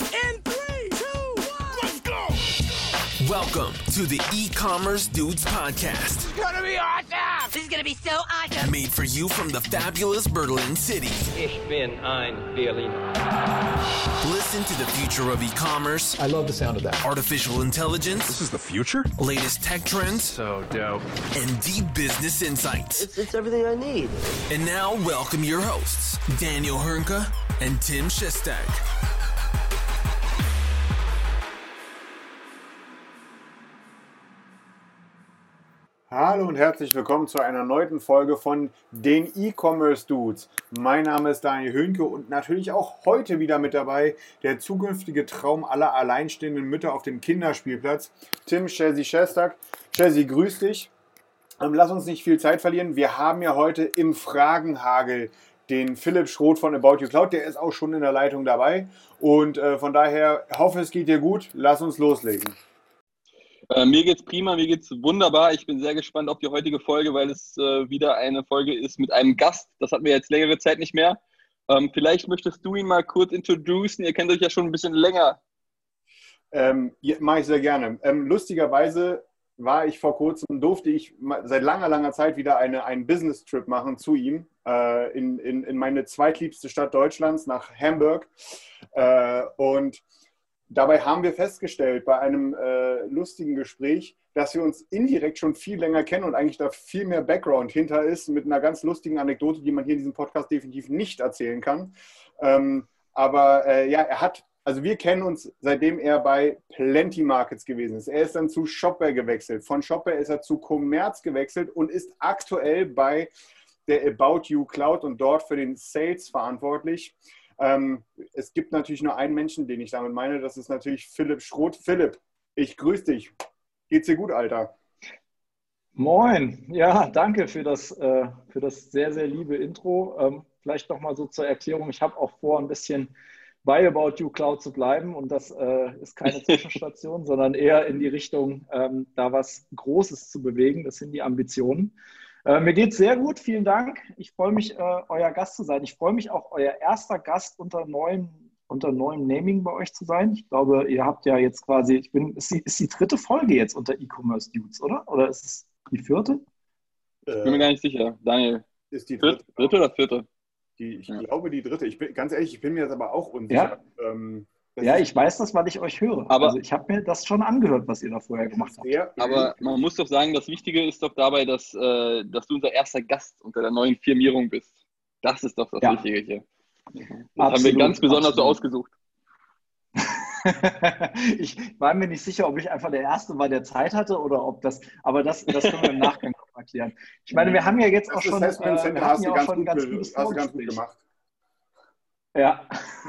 In 3, 2, 1, let's go! Welcome to the E-Commerce Dudes Podcast. It's gonna be awesome! This is gonna be so awesome! Made for you from the fabulous Berlin City. Ich bin ein Berliner. Listen to the future of e-commerce. I love the sound of that. Artificial intelligence. This is the future? Latest tech trends. So dope. And deep business insights. It's everything I need. And now, welcome your hosts, Daniel Hernke and Tim Shestak. Hallo und herzlich willkommen zu einer neuen Folge von den E-Commerce Dudes. Mein Name ist Daniel Hönke und natürlich auch heute wieder mit dabei der zukünftige Traum aller alleinstehenden Mütter auf dem Kinderspielplatz, Tim Shestak. Shesi, grüß dich. Lass uns nicht viel Zeit verlieren. Wir haben ja heute im Fragenhagel den Philipp Schroth von About You Cloud. Der ist auch schon in der Leitung dabei und von daher hoffe, es geht dir gut. Lass uns loslegen. Mir geht's prima, mir geht's wunderbar. Ich bin sehr gespannt auf die heutige Folge, weil es wieder eine Folge ist mit einem Gast. Das hatten wir jetzt längere Zeit nicht mehr. Vielleicht möchtest du ihn mal kurz introducen. Ihr kennt euch ja schon ein bisschen länger. Ja, mache ich sehr gerne. Lustigerweise durfte ich seit langer Zeit wieder einen Business-Trip machen zu ihm in meine zweitliebste Stadt Deutschlands, nach Hamburg. Und dabei haben wir festgestellt bei einem lustigen Gespräch, dass wir uns indirekt schon viel länger kennen und eigentlich da viel mehr Background hinter ist, mit einer ganz lustigen Anekdote, die man hier in diesem Podcast definitiv nicht erzählen kann. Also wir kennen uns, seitdem er bei Plenty Markets gewesen ist. Er ist dann zu Shopware gewechselt. Von Shopware ist er zu Commerz gewechselt und ist aktuell bei der About You Cloud und dort für den Sales verantwortlich. Es gibt natürlich nur einen Menschen, den ich damit meine. Das ist natürlich Philipp Schroth. Philipp, ich grüße dich. Geht's dir gut, Alter? Moin. Ja, danke für das sehr, sehr liebe Intro. Vielleicht nochmal so zur Erklärung. Ich habe auch vor, ein bisschen bei About You Cloud zu bleiben. Und das ist keine Zwischenstation, sondern eher in die Richtung, da was Großes zu bewegen. Das sind die Ambitionen. Mir geht's sehr gut, vielen Dank. Ich freue mich, euer Gast zu sein. Ich freue mich auch, euer erster Gast unter neuem Naming bei euch zu sein. Ich glaube, ihr habt ja jetzt quasi, ist die dritte Folge jetzt unter E-Commerce Dudes, oder? Oder ist es die vierte? Ich bin mir gar nicht sicher. Daniel, ist die dritte oder vierte? Ich glaube, die dritte. Ganz ehrlich, ich bin mir jetzt aber auch unsicher. Ja, ich weiß das, weil ich euch höre. Aber also ich habe mir das schon angehört, was ihr da vorher gemacht habt. Aber man muss doch sagen, das Wichtige ist doch dabei, dass du unser erster Gast unter der neuen Firmierung bist. Das ist doch das Wichtige hier. Das haben wir ganz besonders so ausgesucht. Ich war mir nicht sicher, ob ich einfach der Erste war, der Zeit hatte oder ob das, aber das können wir im Nachgang noch erklären. Ich meine, wir haben ja jetzt auch schon, hast du ganz gut gemacht. Ja.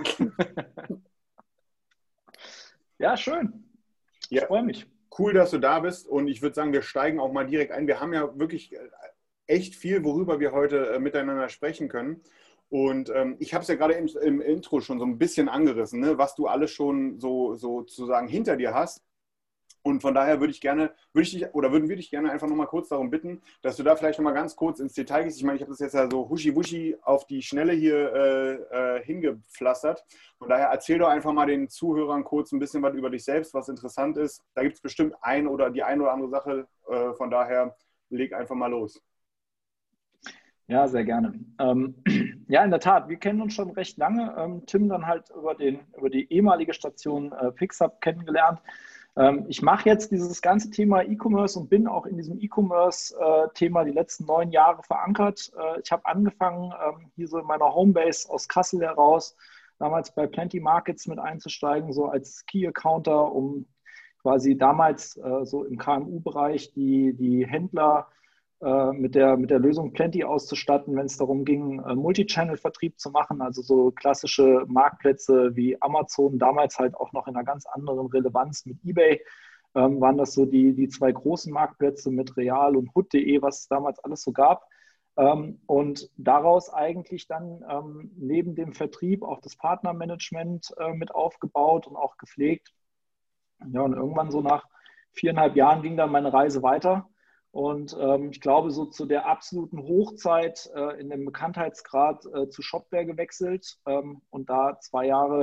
Ja, schön. Ich freue mich. Cool, dass du da bist und ich würde sagen, wir steigen auch mal direkt ein. Wir haben ja wirklich echt viel, worüber wir heute miteinander sprechen können. Und ich habe es ja gerade im Intro schon so ein bisschen angerissen, ne, was du alles schon so sozusagen hinter dir hast. Und von daher würden wir dich gerne einfach nochmal kurz darum bitten, dass du da vielleicht nochmal ganz kurz ins Detail gehst. Ich meine, ich habe das jetzt ja so huschi-wuschi auf die Schnelle hier hingepflastert. Von daher erzähl doch einfach mal den Zuhörern kurz ein bisschen was über dich selbst, was interessant ist. Da gibt es bestimmt die eine oder andere Sache. Von daher leg einfach mal los. Ja, sehr gerne. Ja, in der Tat, wir kennen uns schon recht lange. Tim dann halt über die ehemalige Station Pixup kennengelernt. Ich mache jetzt dieses ganze Thema E-Commerce und bin auch in diesem E-Commerce-Thema die letzten 9 Jahre verankert. Ich habe angefangen, hier so in meiner Homebase aus Kassel heraus, damals bei Plenty Markets mit einzusteigen, so als Key-Accounter, um quasi damals so im KMU-Bereich die Händler mit der Lösung Plenty auszustatten, wenn es darum ging, Multichannel-Vertrieb zu machen, also so klassische Marktplätze wie Amazon, damals halt auch noch in einer ganz anderen Relevanz mit eBay, waren das so die zwei großen Marktplätze mit Real und Hood.de, was es damals alles so gab. Und daraus eigentlich dann neben dem Vertrieb auch das Partnermanagement mit aufgebaut und auch gepflegt. Ja, und irgendwann so nach 4,5 Jahren ging dann meine Reise weiter. Und ich glaube, so zu der absoluten Hochzeit in dem Bekanntheitsgrad zu Shopware gewechselt und da 2 Jahre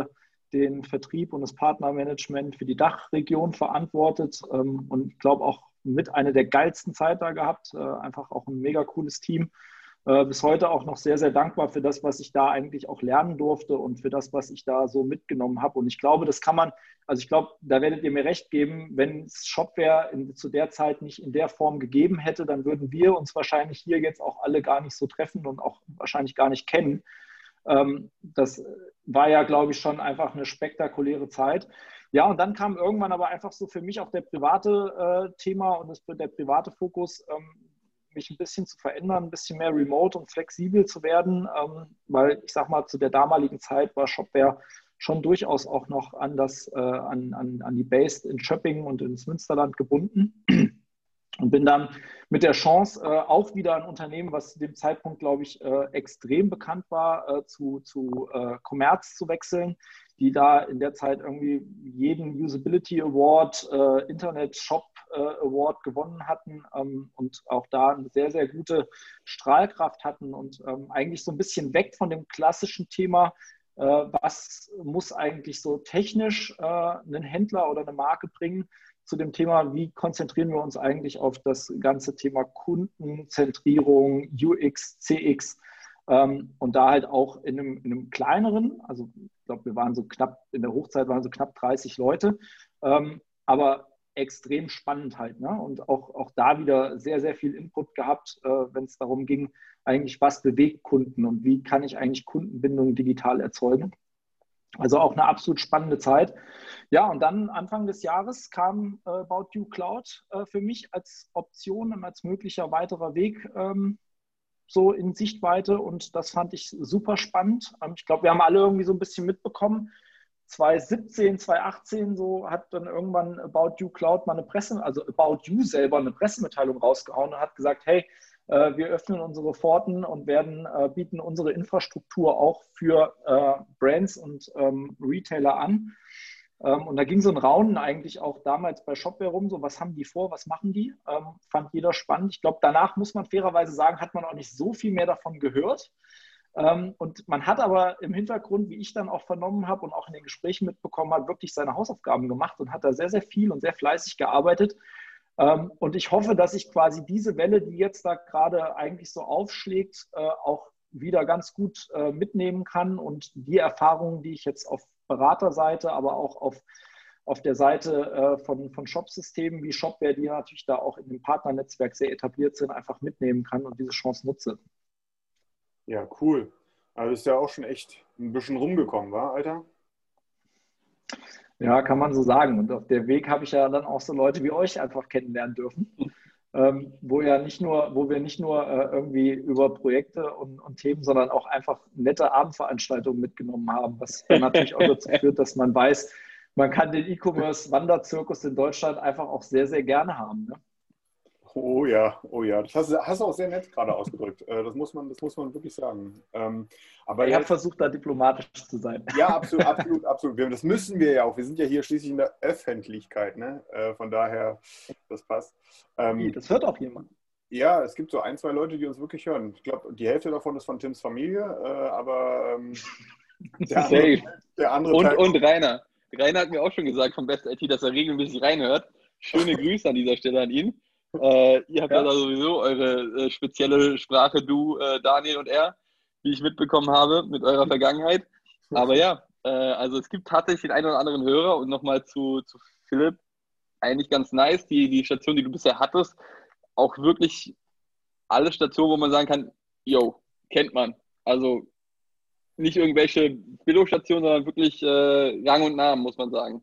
den Vertrieb und das Partnermanagement für die Dachregion verantwortet und ich glaube auch mit einer der geilsten Zeit da gehabt. Einfach auch ein mega cooles Team. Bis heute auch noch sehr, sehr dankbar für das, was ich da eigentlich auch lernen durfte und für das, was ich da so mitgenommen habe. Und ich glaube, das kann man, also ich glaube, da werdet ihr mir recht geben, wenn es Shopware zu der Zeit nicht in der Form gegeben hätte, dann würden wir uns wahrscheinlich hier jetzt auch alle gar nicht so treffen und auch wahrscheinlich gar nicht kennen. Das war ja, glaube ich, schon einfach eine spektakuläre Zeit. Ja, und dann kam irgendwann aber einfach so für mich auch der private Thema und der private Fokus, mich ein bisschen zu verändern, ein bisschen mehr remote und flexibel zu werden, weil ich sag mal, zu der damaligen Zeit war Shopware schon durchaus auch noch an die Base in Schöppingen und ins Münsterland gebunden und bin dann mit der Chance auch wieder ein Unternehmen, was zu dem Zeitpunkt, glaube ich, extrem bekannt war, zu Commerz zu wechseln, die da in der Zeit irgendwie jeden Usability Award, Internet Shop Award gewonnen hatten und auch da eine sehr, sehr gute Strahlkraft hatten und eigentlich so ein bisschen weg von dem klassischen Thema, was muss eigentlich so technisch ein Händler oder eine Marke bringen, zu dem Thema, wie konzentrieren wir uns eigentlich auf das ganze Thema Kundenzentrierung, UX, CX und da halt auch in einem kleineren, also ich glaube, wir waren so knapp, in der Hochzeit waren so knapp 30 Leute, aber extrem spannend halt, ne? Und auch da wieder sehr, sehr viel Input gehabt, wenn es darum ging, eigentlich was bewegt Kunden und wie kann ich eigentlich Kundenbindung digital erzeugen. Also auch eine absolut spannende Zeit. Ja, und dann Anfang des Jahres kam About You Cloud für mich als Option und als möglicher weiterer Weg so in Sichtweite und das fand ich super spannend. Ich glaube, wir haben alle irgendwie so ein bisschen mitbekommen, 2017, 2018 so hat dann irgendwann About You Cloud mal also About You selber eine Pressemitteilung rausgehauen und hat gesagt, hey, wir öffnen unsere Pforten und bieten unsere Infrastruktur auch für Brands und Retailer an. Und da ging so ein Raunen eigentlich auch damals bei Shopware rum, so was haben die vor, was machen die? Fand jeder spannend. Ich glaube, danach muss man fairerweise sagen, hat man auch nicht so viel mehr davon gehört. Und man hat aber im Hintergrund, wie ich dann auch vernommen habe und auch in den Gesprächen mitbekommen habe, wirklich seine Hausaufgaben gemacht und hat da sehr, sehr viel und sehr fleißig gearbeitet. Und ich hoffe, dass ich quasi diese Welle, die jetzt da gerade eigentlich so aufschlägt, auch wieder ganz gut mitnehmen kann und die Erfahrungen, die ich jetzt auf Beraterseite, aber auch auf der Seite von Shopsystemen wie Shopware, die natürlich da auch in dem Partnernetzwerk sehr etabliert sind, einfach mitnehmen kann und diese Chance nutze. Ja, cool. Also ist ja auch schon echt ein bisschen rumgekommen, wa, Alter? Ja, kann man so sagen. Und auf der Weg habe ich ja dann auch so Leute wie euch einfach kennenlernen dürfen, wo wir nicht nur irgendwie über Projekte und Themen, sondern auch einfach nette Abendveranstaltungen mitgenommen haben, was dann natürlich auch dazu führt, dass man weiß, man kann den E-Commerce-Wanderzirkus in Deutschland einfach auch sehr, sehr gerne haben. Ne? Oh ja, oh ja. Das hast du auch sehr nett gerade ausgedrückt. Das muss man wirklich sagen. Aber ich habe versucht, da diplomatisch zu sein. Ja, absolut, absolut, absolut. Das müssen wir ja auch. Wir sind ja hier schließlich in der Öffentlichkeit. Ne? Von daher, das passt. Das hört auch jemand. Ja, es gibt so ein, zwei Leute, die uns wirklich hören. Ich glaube, die Hälfte davon ist von Tims Familie, aber der andere Teil... Und Rainer. Rainer hat mir auch schon gesagt von Best IT, dass er regelmäßig reinhört. Schöne Grüße an dieser Stelle an ihn. Ihr habt ja da sowieso eure spezielle Sprache, du, Daniel und er, wie ich mitbekommen habe mit eurer Vergangenheit. Aber ja, also es gibt tatsächlich den einen oder anderen Hörer und nochmal zu Philipp, eigentlich ganz nice, die Station, die du bisher hattest, auch wirklich alle Stationen, wo man sagen kann, yo, kennt man. Also nicht irgendwelche Billo-Stationen, sondern wirklich Rang und Namen, muss man sagen.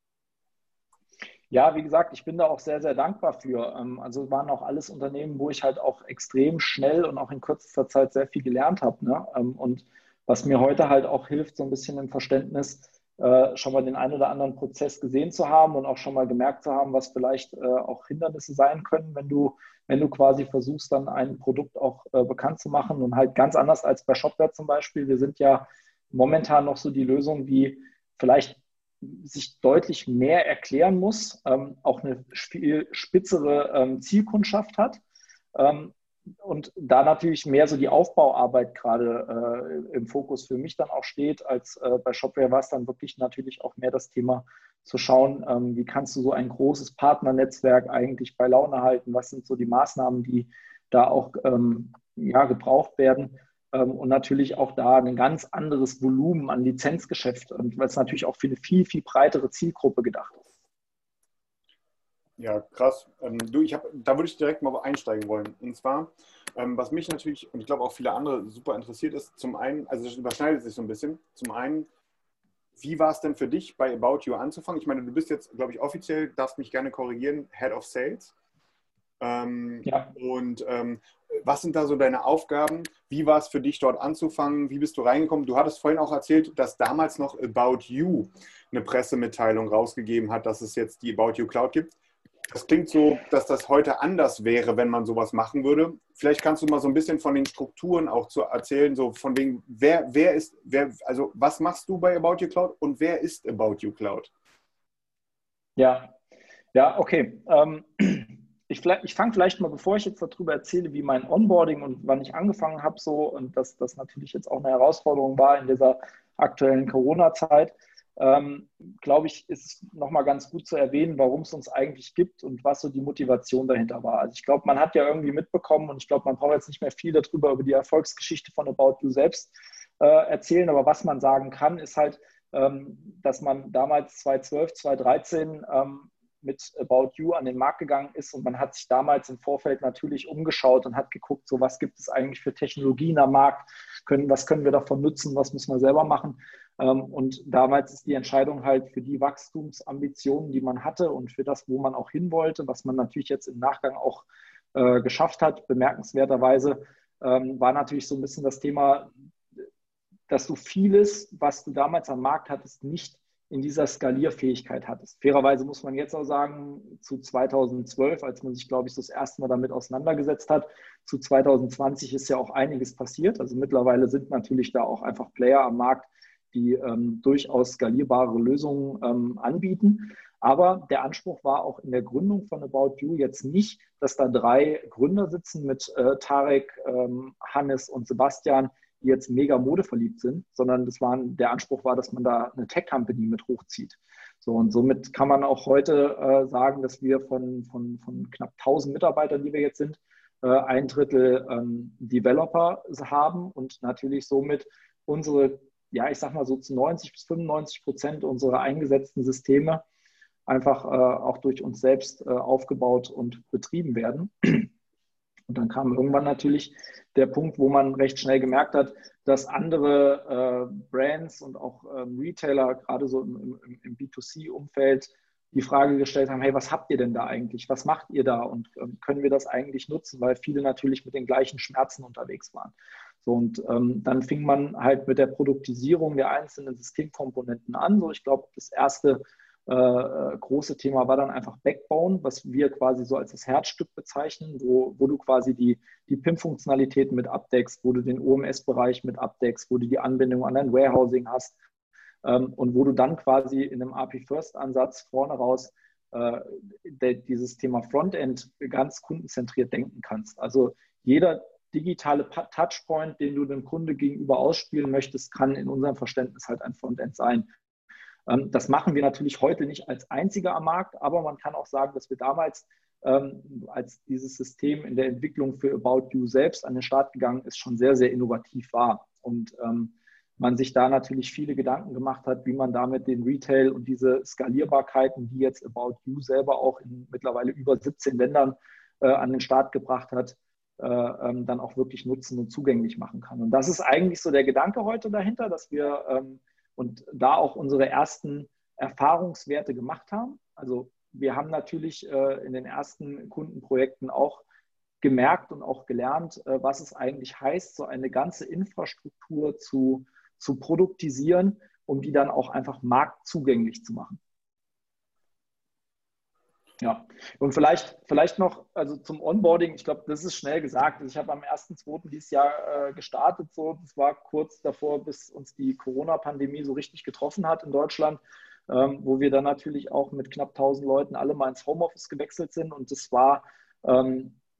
Ja, wie gesagt, ich bin da auch sehr, sehr dankbar für. Also es waren auch alles Unternehmen, wo ich halt auch extrem schnell und auch in kürzester Zeit sehr viel gelernt habe. Ne? Und was mir heute halt auch hilft, so ein bisschen im Verständnis, schon mal den einen oder anderen Prozess gesehen zu haben und auch schon mal gemerkt zu haben, was vielleicht auch Hindernisse sein können, wenn du quasi versuchst, dann ein Produkt auch bekannt zu machen und halt ganz anders als bei Shopware zum Beispiel. Wir sind ja momentan noch so die Lösung, die vielleicht sich deutlich mehr erklären muss, auch eine viel spitzere Zielkundschaft hat. und da natürlich mehr so die Aufbauarbeit gerade im Fokus für mich dann auch steht, als bei Shopware war es dann wirklich natürlich auch mehr das Thema zu schauen, wie kannst du so ein großes Partnernetzwerk eigentlich bei Laune halten, was sind so die Maßnahmen, die da auch gebraucht werden. Und natürlich auch da ein ganz anderes Volumen an Lizenzgeschäft, und weil es natürlich auch für eine viel, viel breitere Zielgruppe gedacht ist. Ja, krass. Da würde ich direkt mal einsteigen wollen. Und zwar, was mich natürlich und ich glaube auch viele andere super interessiert ist, zum einen, also das überschneidet sich so ein bisschen, zum einen, wie war es denn für dich, bei About You anzufangen? Ich meine, du bist jetzt, glaube ich, offiziell, darfst mich gerne korrigieren, Head of Sales. Ja. Und was sind da so deine Aufgaben? Wie war es für dich, dort anzufangen? Wie bist du reingekommen? Du hattest vorhin auch erzählt, dass damals noch About You eine Pressemitteilung rausgegeben hat, dass es jetzt die About You Cloud gibt. Das klingt so, dass das heute anders wäre, wenn man sowas machen würde. Vielleicht kannst du mal so ein bisschen von den Strukturen auch zu erzählen, so von wegen, also was machst du bei About You Cloud und wer ist About You Cloud? Ja, okay. Ich fange vielleicht mal, bevor ich jetzt darüber erzähle, wie mein Onboarding und wann ich angefangen habe, so, und dass das natürlich jetzt auch eine Herausforderung war in dieser aktuellen Corona-Zeit, glaube ich, ist es nochmal ganz gut zu erwähnen, warum es uns eigentlich gibt und was so die Motivation dahinter war. Also ich glaube, man hat ja irgendwie mitbekommen, und ich glaube, man braucht jetzt nicht mehr viel darüber, über die Erfolgsgeschichte von About You selbst erzählen, aber was man sagen kann, ist halt, dass man damals 2012, 2013 mit About You an den Markt gegangen ist, und man hat sich damals im Vorfeld natürlich umgeschaut und hat geguckt, so was gibt es eigentlich für Technologien am Markt, was können wir davon nutzen, was müssen wir selber machen. Und damals ist die Entscheidung halt für die Wachstumsambitionen, die man hatte und für das, wo man auch hin wollte, was man natürlich jetzt im Nachgang auch geschafft hat, bemerkenswerterweise, war natürlich so ein bisschen das Thema, dass du vieles, was du damals am Markt hattest, nicht in dieser Skalierfähigkeit hattest. Fairerweise muss man jetzt auch sagen, zu 2012, als man sich, glaube ich, das erste Mal damit auseinandergesetzt hat, zu 2020 ist ja auch einiges passiert. Also mittlerweile sind natürlich da auch einfach Player am Markt, die durchaus skalierbare Lösungen anbieten. Aber der Anspruch war auch in der Gründung von About You jetzt nicht, dass da 3 Gründer sitzen mit Tarek, Hannes und Sebastian, die jetzt mega modeverliebt sind, sondern der Anspruch war, dass man da eine Tech-Company mit hochzieht. So, und somit kann man auch heute sagen, dass wir von knapp 1000 Mitarbeitern, die wir jetzt sind, 1/3 Developer haben und natürlich somit unsere, ja, ich sag mal so zu 90-95% unserer eingesetzten Systeme einfach auch durch uns selbst aufgebaut und betrieben werden. Und dann kam irgendwann natürlich der Punkt, wo man recht schnell gemerkt hat, dass andere Brands und auch Retailer, gerade so im B2C-Umfeld, die Frage gestellt haben, hey, was habt ihr denn da eigentlich? Was macht ihr da? Und können wir das eigentlich nutzen? Weil viele natürlich mit den gleichen Schmerzen unterwegs waren. So, und dann fing man halt mit der Produktisierung der einzelnen Systemkomponenten an. So, ich glaube, das erste große Thema war dann einfach Backbone, was wir quasi so als das Herzstück bezeichnen, wo du quasi die PIM-Funktionalitäten mit abdeckst, wo du den OMS-Bereich mit abdeckst, wo du die Anbindung an dein Warehousing hast und wo du dann quasi in einem API-First-Ansatz vorne raus dieses Thema Frontend ganz kundenzentriert denken kannst. Also jeder digitale Touchpoint, den du dem Kunde gegenüber ausspielen möchtest, kann in unserem Verständnis halt ein Frontend sein. Das machen wir natürlich heute nicht als einziger am Markt, aber man kann auch sagen, dass wir damals, als dieses System in der Entwicklung für About You selbst an den Start gegangen ist, schon sehr, sehr innovativ war. Und man sich da natürlich viele Gedanken gemacht hat, wie man damit den Retail und diese Skalierbarkeiten, die jetzt About You selber auch in mittlerweile über 17 Ländern an den Start gebracht hat, dann auch wirklich nutzen und zugänglich machen kann. Und das ist eigentlich so der Gedanke heute dahinter, dass wir und da auch unsere ersten Erfahrungswerte gemacht haben. Also wir haben natürlich in den ersten Kundenprojekten auch gemerkt und auch gelernt, was es eigentlich heißt, so eine ganze Infrastruktur zu produktisieren, um die dann auch einfach marktzugänglich zu machen. Ja, und vielleicht noch, also zum Onboarding, ich glaube, das ist schnell gesagt. Also ich habe am 1.2. dieses Jahr gestartet, so, das war kurz davor, bis uns die Corona-Pandemie so richtig getroffen hat in Deutschland, wo wir dann natürlich auch mit knapp 1000 Leuten alle mal ins Homeoffice gewechselt sind, und das war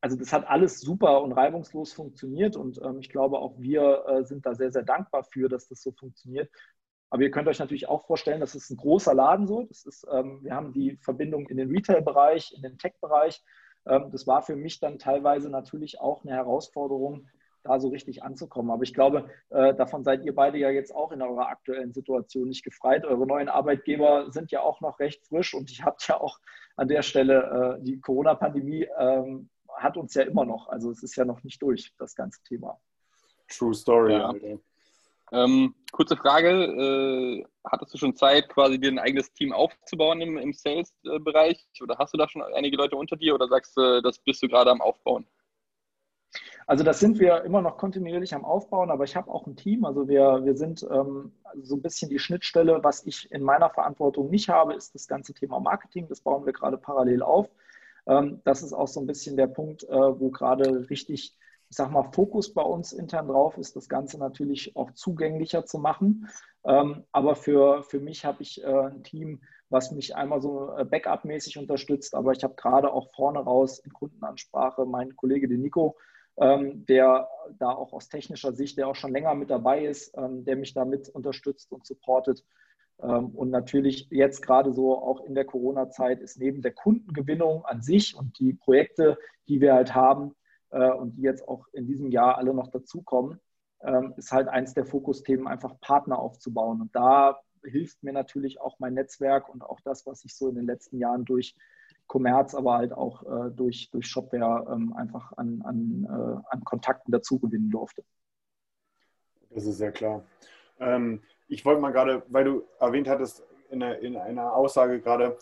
also das hat alles super und reibungslos funktioniert und ich glaube auch wir sind da sehr, sehr dankbar für, dass das so funktioniert. Aber ihr könnt euch natürlich auch vorstellen, das ist ein großer Laden so. Das ist, wir haben die Verbindung in den Retail-Bereich, in den Tech-Bereich. Das war für mich dann teilweise natürlich auch eine Herausforderung, da so richtig anzukommen. Aber ich glaube, davon seid ihr beide ja jetzt auch in eurer aktuellen Situation nicht gefreit. Eure neuen Arbeitgeber sind ja auch noch recht frisch und ich habe ja auch an der Stelle, die Corona-Pandemie hat uns ja immer noch. Also es ist ja noch nicht durch, das ganze Thema. True Story, Ja. Alter. Kurze Frage, hattest du schon Zeit, quasi dir ein eigenes Team aufzubauen im Sales-Bereich oder hast du da schon einige Leute unter dir oder sagst du, das bist du gerade am Aufbauen? Also das sind wir immer noch kontinuierlich am Aufbauen, aber ich habe auch ein Team. Also wir sind so ein bisschen die Schnittstelle. Was ich in meiner Verantwortung nicht habe, ist das ganze Thema Marketing. Das bauen wir gerade parallel auf. Das ist auch so ein bisschen der Punkt, wo gerade richtig, ich sag mal, Fokus bei uns intern drauf ist, das Ganze natürlich auch zugänglicher zu machen. Aber für mich habe ich ein Team, was mich einmal so Backup-mäßig unterstützt, aber ich habe gerade auch vorne raus in Kundenansprache meinen Kollege, den Nico, der da auch aus technischer Sicht, der auch schon länger mit dabei ist, der mich da mit unterstützt und supportet. Und natürlich jetzt gerade so auch in der Corona-Zeit ist neben der Kundengewinnung an sich und die Projekte, die wir halt haben und die jetzt auch in diesem Jahr alle noch dazukommen, ist halt eins der Fokusthemen, einfach Partner aufzubauen. Und da hilft mir natürlich auch mein Netzwerk und auch das, was ich so in den letzten Jahren durch Commerz, aber halt auch durch Shopware einfach an Kontakten dazu gewinnen durfte. Das ist sehr klar. Ich wollte mal gerade, weil du erwähnt hattest in einer Aussage gerade,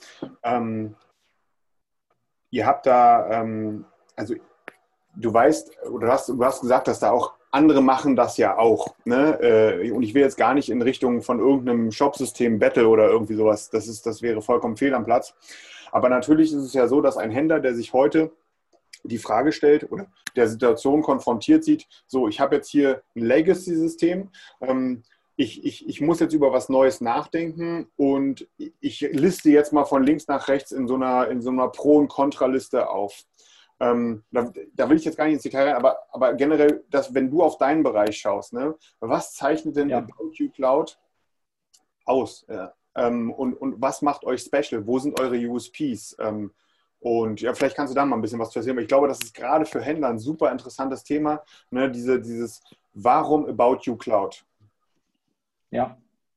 ihr habt da, also du weißt, oder du hast gesagt, dass da auch andere machen das ja auch. Ne? Und ich will jetzt gar nicht in Richtung von irgendeinem Shopsystem Battle oder irgendwie sowas. Das wäre vollkommen fehl am Platz. Aber natürlich ist es ja so, dass ein Händler, der sich heute die Frage stellt oder der Situation konfrontiert sieht, so, ich habe jetzt hier ein Legacy-System, ich muss jetzt über was Neues nachdenken und ich liste jetzt mal von links nach rechts in so einer Pro- und Kontraliste auf. Da will ich jetzt gar nicht ins Detail rein, aber generell, wenn du auf deinen Bereich schaust, ne, was zeichnet denn About You Cloud aus? Und was macht euch special? Wo sind eure USPs? Und ja, vielleicht kannst du da mal ein bisschen was zu erzählen, aber ich glaube, das ist gerade für Händler ein super interessantes Thema, ne, dieses Warum About You Cloud? Ja,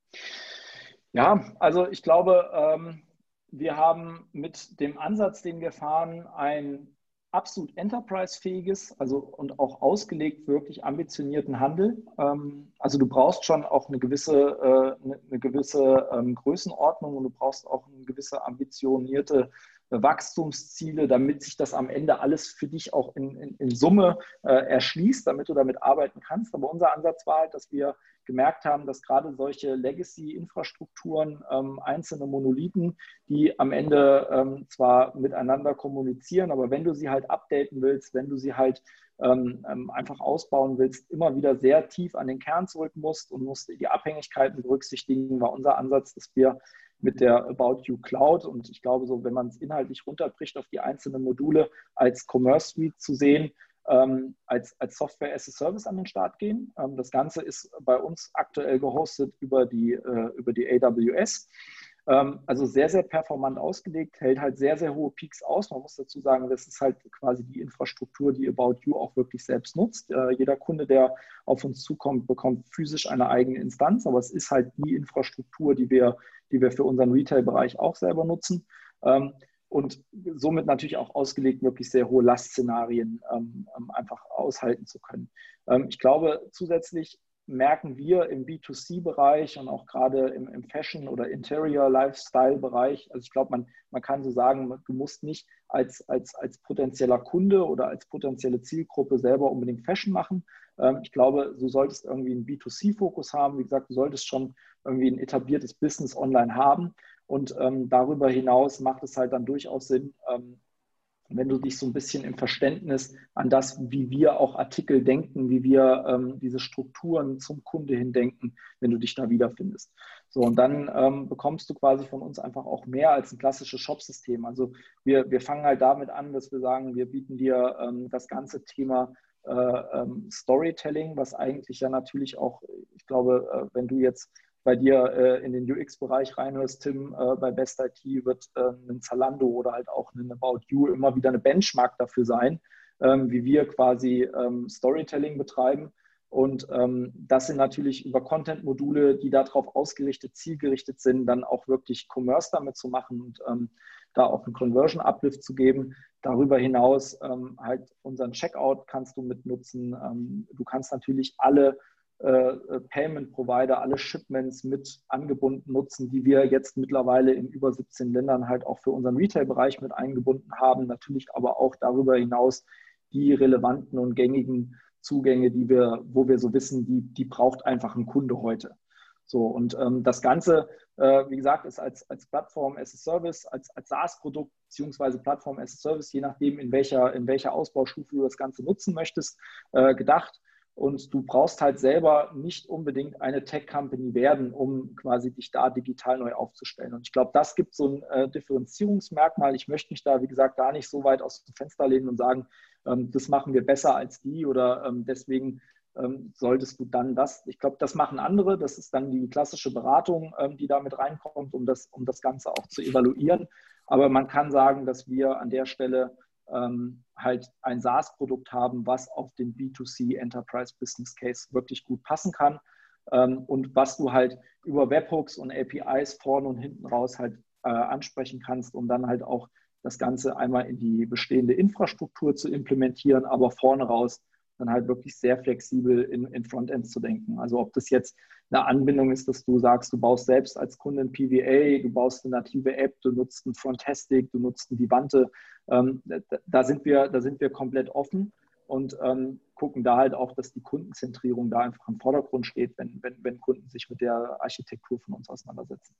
also ich glaube, wir haben mit dem Ansatz, den wir fahren, ein absolut enterprise-fähiges, also und auch ausgelegt wirklich ambitionierten Handel. Also du brauchst schon auch eine gewisse Größenordnung und du brauchst auch eine gewisse ambitionierte Wachstumsziele, damit sich das am Ende alles für dich auch in Summe erschließt, damit du damit arbeiten kannst. Aber unser Ansatz war halt, dass wir gemerkt haben, dass gerade solche Legacy-Infrastrukturen, einzelne Monolithen, die am Ende zwar miteinander kommunizieren, aber wenn du sie halt updaten willst, wenn du sie halt einfach ausbauen willst, immer wieder sehr tief an den Kern zurück musst und musst die Abhängigkeiten berücksichtigen, war unser Ansatz, dass wir mit der About You Cloud und ich glaube so, wenn man es inhaltlich runterbricht auf die einzelnen Module als Commerce Suite zu sehen, als Software as a Service an den Start gehen. Das Ganze ist bei uns aktuell gehostet über die AWS. Also sehr, sehr performant ausgelegt, hält halt sehr, sehr hohe Peaks aus. Man muss dazu sagen, das ist halt quasi die Infrastruktur, die About You auch wirklich selbst nutzt. Jeder Kunde, der auf uns zukommt, bekommt physisch eine eigene Instanz, aber es ist halt die Infrastruktur, die wir für unseren Retail-Bereich auch selber nutzen. Und somit natürlich auch ausgelegt, wirklich sehr hohe Lastszenarien einfach aushalten zu können. Ich glaube, zusätzlich merken wir im B2C-Bereich und auch gerade im Fashion- oder Interior-Lifestyle-Bereich, also ich glaube, man kann so sagen, du musst nicht als potenzieller Kunde oder als potenzielle Zielgruppe selber unbedingt Fashion machen. Ich glaube, du solltest irgendwie einen B2C-Fokus haben. Wie gesagt, du solltest schon irgendwie ein etabliertes Business online haben. Und darüber hinaus macht es halt dann durchaus Sinn, wenn du dich so ein bisschen im Verständnis an das, wie wir auch Artikel denken, wie wir diese Strukturen zum Kunde hin denken, wenn du dich da wiederfindest. So, und dann bekommst du quasi von uns einfach auch mehr als ein klassisches Shop-System. Also wir fangen halt damit an, dass wir sagen, wir bieten dir das ganze Thema Storytelling, was eigentlich ja natürlich auch, ich glaube, wenn du jetzt bei dir in den UX-Bereich reinhörst, Tim, bei Best IT wird ein Zalando oder halt auch ein About You immer wieder eine Benchmark dafür sein, wie wir quasi Storytelling betreiben. Und das sind natürlich über Content-Module, die darauf ausgerichtet, zielgerichtet sind, dann auch wirklich Commerce damit zu machen und da auch einen Conversion-Uplift zu geben. Darüber hinaus halt unseren Checkout kannst du mitnutzen. Du kannst natürlich alle Payment-Provider, alle Shipments mit angebunden nutzen, die wir jetzt mittlerweile in über 17 Ländern halt auch für unseren Retail-Bereich mit eingebunden haben. Natürlich aber auch darüber hinaus die relevanten und gängigen Zugänge, wo wir so wissen, die braucht einfach ein Kunde heute. So, und das Ganze, wie gesagt, ist als Plattform as a Service, als SaaS-Produkt beziehungsweise Plattform as a Service, je nachdem, in welcher Ausbaustufe du das Ganze nutzen möchtest, gedacht. Und du brauchst halt selber nicht unbedingt eine Tech-Company werden, um quasi dich da digital neu aufzustellen. Und ich glaube, das gibt so ein Differenzierungsmerkmal. Ich möchte mich da, wie gesagt, gar nicht so weit aus dem Fenster lehnen und sagen, das machen wir besser als die oder deswegen solltest du dann das. Ich glaube, das machen andere. Das ist dann die klassische Beratung, die da mit reinkommt, um das Ganze auch zu evaluieren. Aber man kann sagen, dass wir an der Stelle halt ein SaaS-Produkt haben, was auf den B2C Enterprise Business Case wirklich gut passen kann und was du halt über Webhooks und APIs vorne und hinten raus halt ansprechen kannst, um dann halt auch das Ganze einmal in die bestehende Infrastruktur zu implementieren, aber vorne raus dann halt wirklich sehr flexibel in Frontends zu denken. Also ob das jetzt eine Anbindung ist, dass du sagst, du baust selbst als Kunde ein PVA, du baust eine native App, du nutzt ein Frontastic, du nutzt ein Vivante. Da sind wir komplett offen und gucken da halt auch, dass die Kundenzentrierung da einfach im Vordergrund steht, wenn Kunden sich mit der Architektur von uns auseinandersetzen.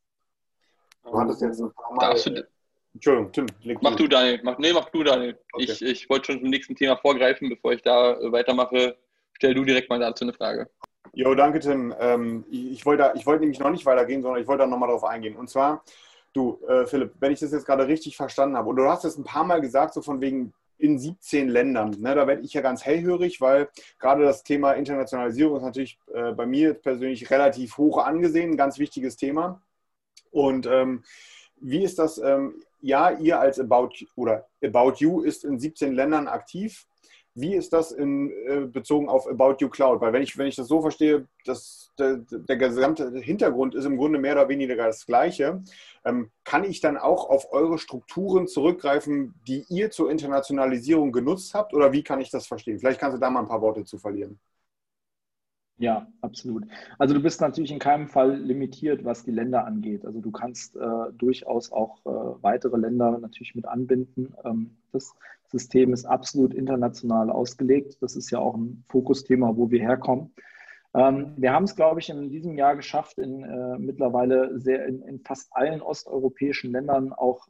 Du hattest jetzt ein paar Mal... Entschuldigung, Tim. Mach du, Daniel. Mach du, Daniel. Okay. Ich wollte schon zum nächsten Thema vorgreifen, bevor ich da weitermache. Stell du direkt mal dazu eine Frage. Jo, danke, Tim. Ich wollte nämlich noch nicht weitergehen, sondern ich wollte da nochmal drauf eingehen. Und zwar, du, Philipp, wenn ich das jetzt gerade richtig verstanden habe, und du hast es ein paar Mal gesagt, so von wegen in 17 Ländern, ne, da werde ich ja ganz hellhörig, weil gerade das Thema Internationalisierung ist natürlich bei mir persönlich relativ hoch angesehen, ein ganz wichtiges Thema. Und wie ist das? Ja, ihr als About You ist in 17 Ländern aktiv. Wie ist das bezogen auf About You Cloud? Weil wenn ich das so verstehe, der gesamte Hintergrund ist im Grunde mehr oder weniger das Gleiche. Kann ich dann auch auf eure Strukturen zurückgreifen, die ihr zur Internationalisierung genutzt habt? Oder wie kann ich das verstehen? Vielleicht kannst du da mal ein paar Worte zu verlieren. Ja, absolut. Also du bist natürlich in keinem Fall limitiert, was die Länder angeht. Also du kannst durchaus auch weitere Länder natürlich mit anbinden. Das System ist absolut international ausgelegt. Das ist ja auch ein Fokusthema, wo wir herkommen. Wir haben es, glaube ich, in diesem Jahr geschafft, mittlerweile in fast allen osteuropäischen Ländern auch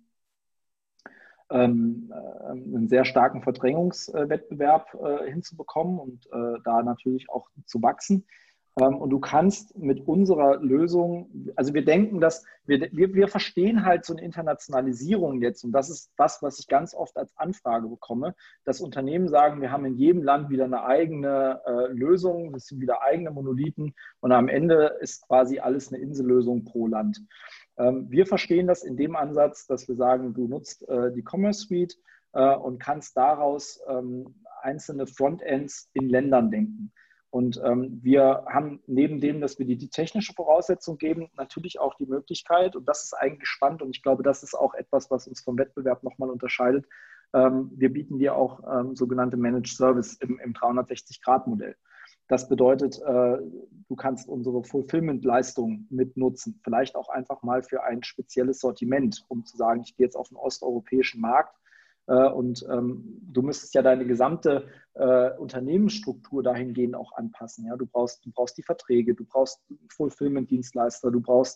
einen sehr starken Verdrängungswettbewerb hinzubekommen und da natürlich auch zu wachsen. Und du kannst mit unserer Lösung, also wir denken, dass wir verstehen halt so eine Internationalisierung jetzt, und das ist das, was ich ganz oft als Anfrage bekomme, dass Unternehmen sagen, wir haben in jedem Land wieder eine eigene Lösung, das sind wieder eigene Monolithen und am Ende ist quasi alles eine Insellösung pro Land. Wir verstehen das in dem Ansatz, dass wir sagen, du nutzt die Commerce Suite und kannst daraus einzelne Frontends in Ländern denken. Und wir haben neben dem, dass wir die technische Voraussetzung geben, natürlich auch die Möglichkeit, und das ist eigentlich spannend und ich glaube, das ist auch etwas, was uns vom Wettbewerb nochmal unterscheidet. Wir bieten dir auch sogenannte Managed Service im 360-Grad-Modell. Das bedeutet, du kannst unsere Fulfillment-Leistung mitnutzen, vielleicht auch einfach mal für ein spezielles Sortiment, um zu sagen, ich gehe jetzt auf den osteuropäischen Markt und du müsstest ja deine gesamte Unternehmensstruktur dahingehend auch anpassen. Ja? Du brauchst die Verträge, du brauchst Fulfillment-Dienstleister, du brauchst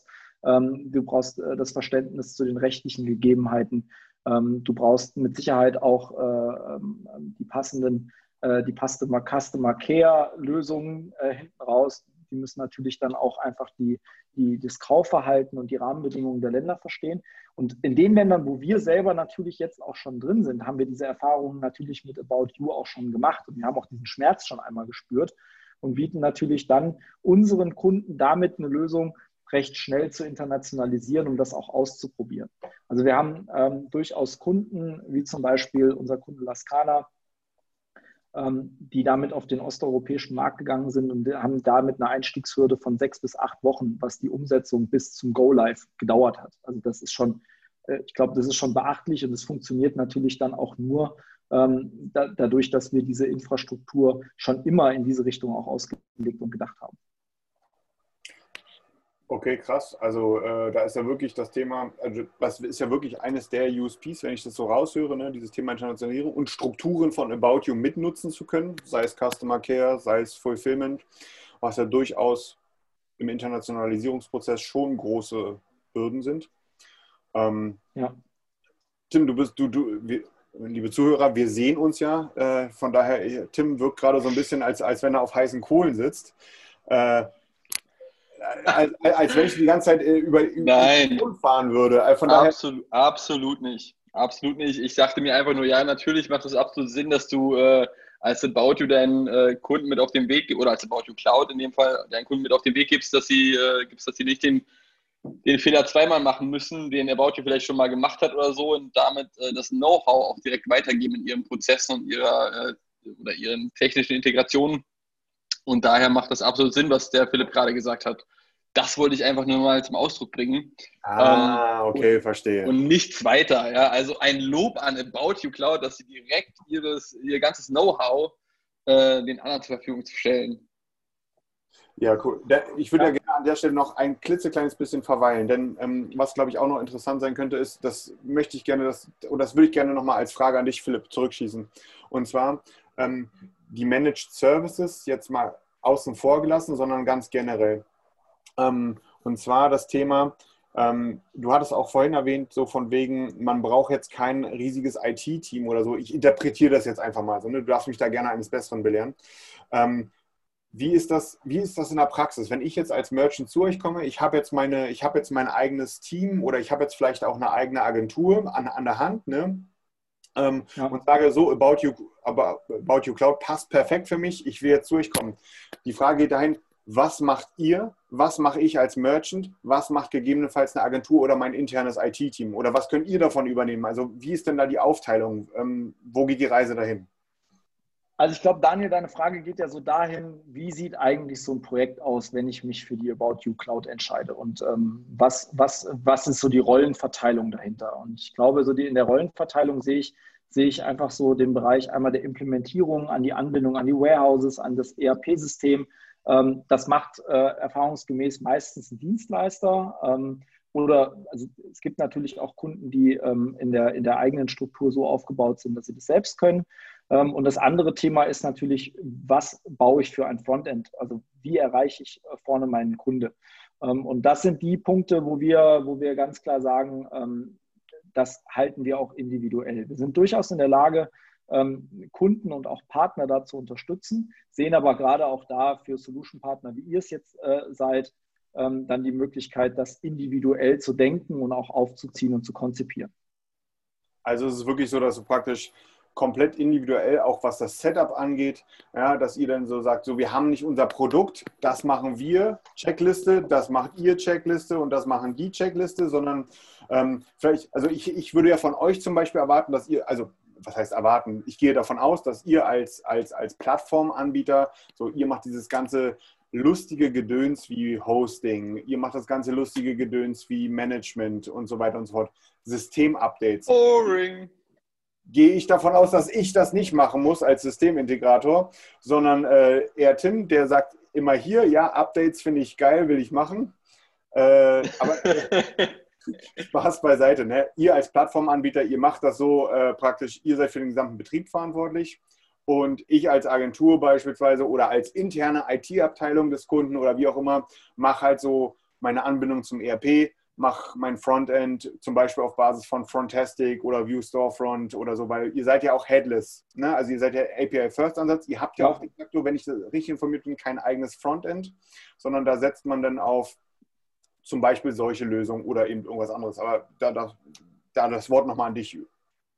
Du brauchst das Verständnis zu den rechtlichen Gegebenheiten. Du brauchst mit Sicherheit auch die Customer Care Lösungen hinten raus. Die müssen natürlich dann auch einfach das Kaufverhalten und die Rahmenbedingungen der Länder verstehen. Und in den Ländern, wo wir selber natürlich jetzt auch schon drin sind, haben wir diese Erfahrungen natürlich mit About You auch schon gemacht. Und wir haben auch diesen Schmerz schon einmal gespürt und bieten natürlich dann unseren Kunden damit eine Lösung, recht schnell zu internationalisieren, um das auch auszuprobieren. Also wir haben durchaus Kunden, wie zum Beispiel unser Kunde Lascana, die damit auf den osteuropäischen Markt gegangen sind und haben damit eine Einstiegshürde von 6 bis 8 Wochen, was die Umsetzung bis zum Go-Live gedauert hat. Also das ist schon, ich glaube, das ist schon beachtlich und es funktioniert natürlich dann auch nur dadurch, dass wir diese Infrastruktur schon immer in diese Richtung auch ausgelegt und gedacht haben. Okay, krass. Also da ist ja wirklich das Thema, also das ist ja wirklich eines der USPs, wenn ich das so raushöre, ne, dieses Thema Internationalisierung und Strukturen von About You mitnutzen zu können, sei es Customer Care, sei es Fulfillment, was ja durchaus im Internationalisierungsprozess schon große Hürden sind. Ja. Tim, liebe Zuhörer, wir sehen uns ja, von daher, Tim wirkt gerade so ein bisschen, als wenn er auf heißen Kohlen sitzt. Als wenn ich die ganze Zeit über fahren würde. Von daher Absolut nicht. Absolut nicht. Ich dachte mir einfach nur, ja, natürlich macht es absolut Sinn, dass du als About You deinen Kunden mit auf den Weg gibst, oder als About You Cloud in dem Fall, deinen Kunden mit auf den Weg gibst, dass sie nicht den Fehler zweimal machen müssen, den About You vielleicht schon mal gemacht hat oder so, und damit das Know-how auch direkt weitergeben in ihren Prozessen und ihren technischen Integrationen. Und daher macht das absolut Sinn, was der Philipp gerade gesagt hat. Das wollte ich einfach nur mal zum Ausdruck bringen. Okay, verstehe. Und nichts weiter. Ja? Also ein Lob an About You Cloud, dass sie direkt ihr ganzes Know-how den anderen zur Verfügung stellen. Ja, cool. Ich würde ja gerne an der Stelle noch ein klitzekleines bisschen verweilen, denn was, glaube ich, auch noch interessant sein könnte, ist, das würde ich gerne nochmal als Frage an dich, Philipp, zurückschießen. Und zwar die Managed Services jetzt mal außen vor gelassen, sondern ganz generell. Und zwar das Thema, du hattest auch vorhin erwähnt, so von wegen, man braucht jetzt kein riesiges IT-Team oder so. Ich interpretiere das jetzt einfach mal so, ne? Du darfst mich da gerne eines Besseren belehren. Wie ist das in der Praxis? Wenn ich jetzt als Merchant zu euch komme, ich habe jetzt mein eigenes Team oder ich habe jetzt vielleicht auch eine eigene Agentur an der Hand, ne? Und sage so, About You Cloud passt perfekt für mich, ich will jetzt durchkommen. Die Frage geht dahin, was macht ihr, was mache ich als Merchant, was macht gegebenenfalls eine Agentur oder mein internes IT-Team oder was könnt ihr davon übernehmen? Also wie ist denn da die Aufteilung? Wo geht die Reise dahin? Also ich glaube, Daniel, deine Frage geht ja so dahin, wie sieht eigentlich so ein Projekt aus, wenn ich mich für die About You Cloud entscheide und was ist so die Rollenverteilung dahinter? Und ich glaube, so in der Rollenverteilung sehe ich einfach so den Bereich einmal der Implementierung, an die Anbindung an die Warehouses, an das ERP-System. Das macht erfahrungsgemäß meistens ein Dienstleister also es gibt natürlich auch Kunden, die in der eigenen Struktur so aufgebaut sind, dass sie das selbst können. Und das andere Thema ist natürlich, was baue ich für ein Frontend? Also wie erreiche ich vorne meinen Kunde? Und das sind die Punkte, wo wir ganz klar sagen, das halten wir auch individuell. Wir sind durchaus in der Lage, Kunden und auch Partner da zu unterstützen, sehen aber gerade auch da für Solution-Partner, wie ihr es jetzt seid, dann die Möglichkeit, das individuell zu denken und auch aufzuziehen und zu konzipieren. Also es ist wirklich so, dass du praktisch komplett individuell, auch was das Setup angeht, ja, dass ihr dann so sagt, so wir haben nicht unser Produkt, das machen wir, Checkliste, das macht ihr, Checkliste und das machen die, Checkliste, sondern vielleicht, also ich würde ja von euch zum Beispiel erwarten, dass ihr, also was heißt erwarten? Ich gehe davon aus, dass ihr als Plattformanbieter, so ihr macht dieses ganze lustige Gedöns wie Hosting, ihr macht das ganze lustige Gedöns wie Management und so weiter und so fort, Systemupdates. Boring. Gehe ich davon aus, dass ich das nicht machen muss als Systemintegrator, sondern eher Tim, der sagt immer hier, ja, Updates finde ich geil, will ich machen. Aber Spaß beiseite. Ne? Ihr als Plattformanbieter, ihr macht das so praktisch, ihr seid für den gesamten Betrieb verantwortlich und ich als Agentur beispielsweise oder als interne IT-Abteilung des Kunden oder wie auch immer, mache meine Anbindung zum ERP, mache mein Frontend zum Beispiel auf Basis von Frontastic oder Vue Storefront oder so, weil ihr seid ja auch headless, ne? Also ihr seid ja API-First-Ansatz. Ihr habt ja auch de facto, wenn ich richtig informiert bin, kein eigenes Frontend, sondern da setzt man dann auf zum Beispiel solche Lösungen oder eben irgendwas anderes. Aber da das Wort nochmal an dich.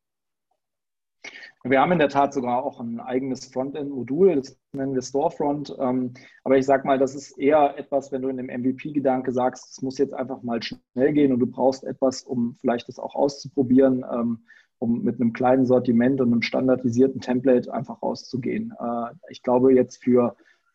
Wir haben in der Tat sogar auch ein eigenes Frontend-Modul, das nennen wir Storefront. Aber ich sage mal, das ist eher etwas, wenn du in dem MVP-Gedanke sagst, es muss jetzt einfach mal schnell gehen und du brauchst etwas, um vielleicht das auch auszuprobieren, um mit einem kleinen Sortiment und einem standardisierten Template einfach rauszugehen. Ich glaube jetzt für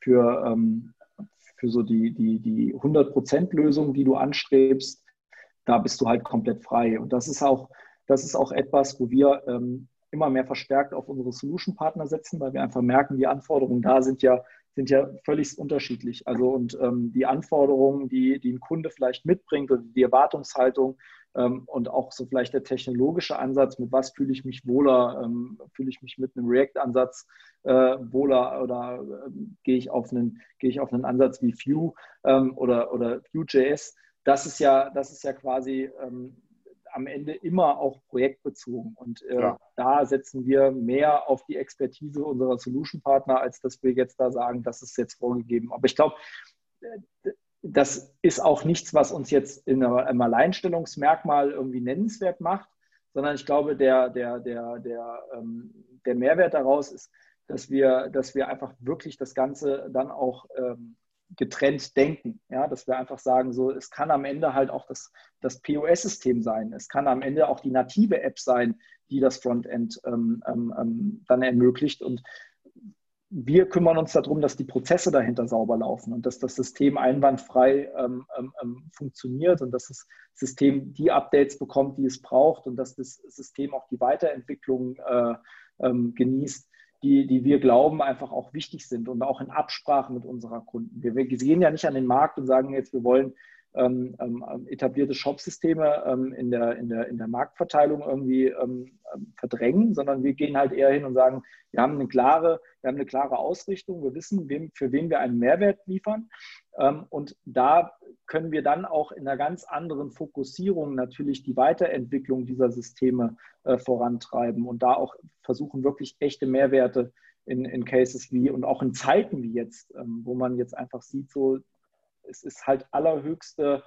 so die 100%-Lösung, die du anstrebst, da bist du halt komplett frei. Und das ist auch etwas, wo wir immer mehr verstärkt auf unsere Solution-Partner setzen, weil wir einfach merken, die Anforderungen da sind ja völlig unterschiedlich. Also und die Anforderungen, die ein Kunde vielleicht mitbringt oder die Erwartungshaltung und auch so vielleicht der technologische Ansatz, mit was fühle ich mich wohler, fühle ich mich mit einem React-Ansatz wohler oder gehe ich auf einen Ansatz wie Vue oder Vue.js. Das ist ja quasi am Ende immer auch projektbezogen. Und da setzen wir mehr auf die Expertise unserer Solution-Partner, als dass wir jetzt da sagen, das ist jetzt vorgegeben. Aber ich glaube, das ist auch nichts, was uns jetzt in einem Alleinstellungsmerkmal irgendwie nennenswert macht, sondern ich glaube, der Mehrwert daraus ist, dass wir einfach wirklich das Ganze dann auch getrennt denken, ja, dass wir einfach sagen, so, es kann am Ende halt auch das POS-System sein, es kann am Ende auch die native App sein, die das Frontend dann ermöglicht und wir kümmern uns darum, dass die Prozesse dahinter sauber laufen und dass das System einwandfrei funktioniert und dass das System die Updates bekommt, die es braucht und dass das System auch die Weiterentwicklung genießt, die wir glauben, einfach auch wichtig sind und auch in Absprache mit unserer Kunden. Wir gehen ja nicht an den Markt und sagen jetzt, wir wollen etablierte Shop-Systeme in der Marktverteilung irgendwie verdrängen, sondern wir gehen halt eher hin und sagen, wir haben eine klare Ausrichtung, wir wissen, für wen wir einen Mehrwert liefern und da können wir dann auch in einer ganz anderen Fokussierung natürlich die Weiterentwicklung dieser Systeme vorantreiben und da auch versuchen, wirklich echte Mehrwerte in Cases wie und auch in Zeiten wie jetzt, wo man jetzt einfach sieht, so es ist halt allerhöchste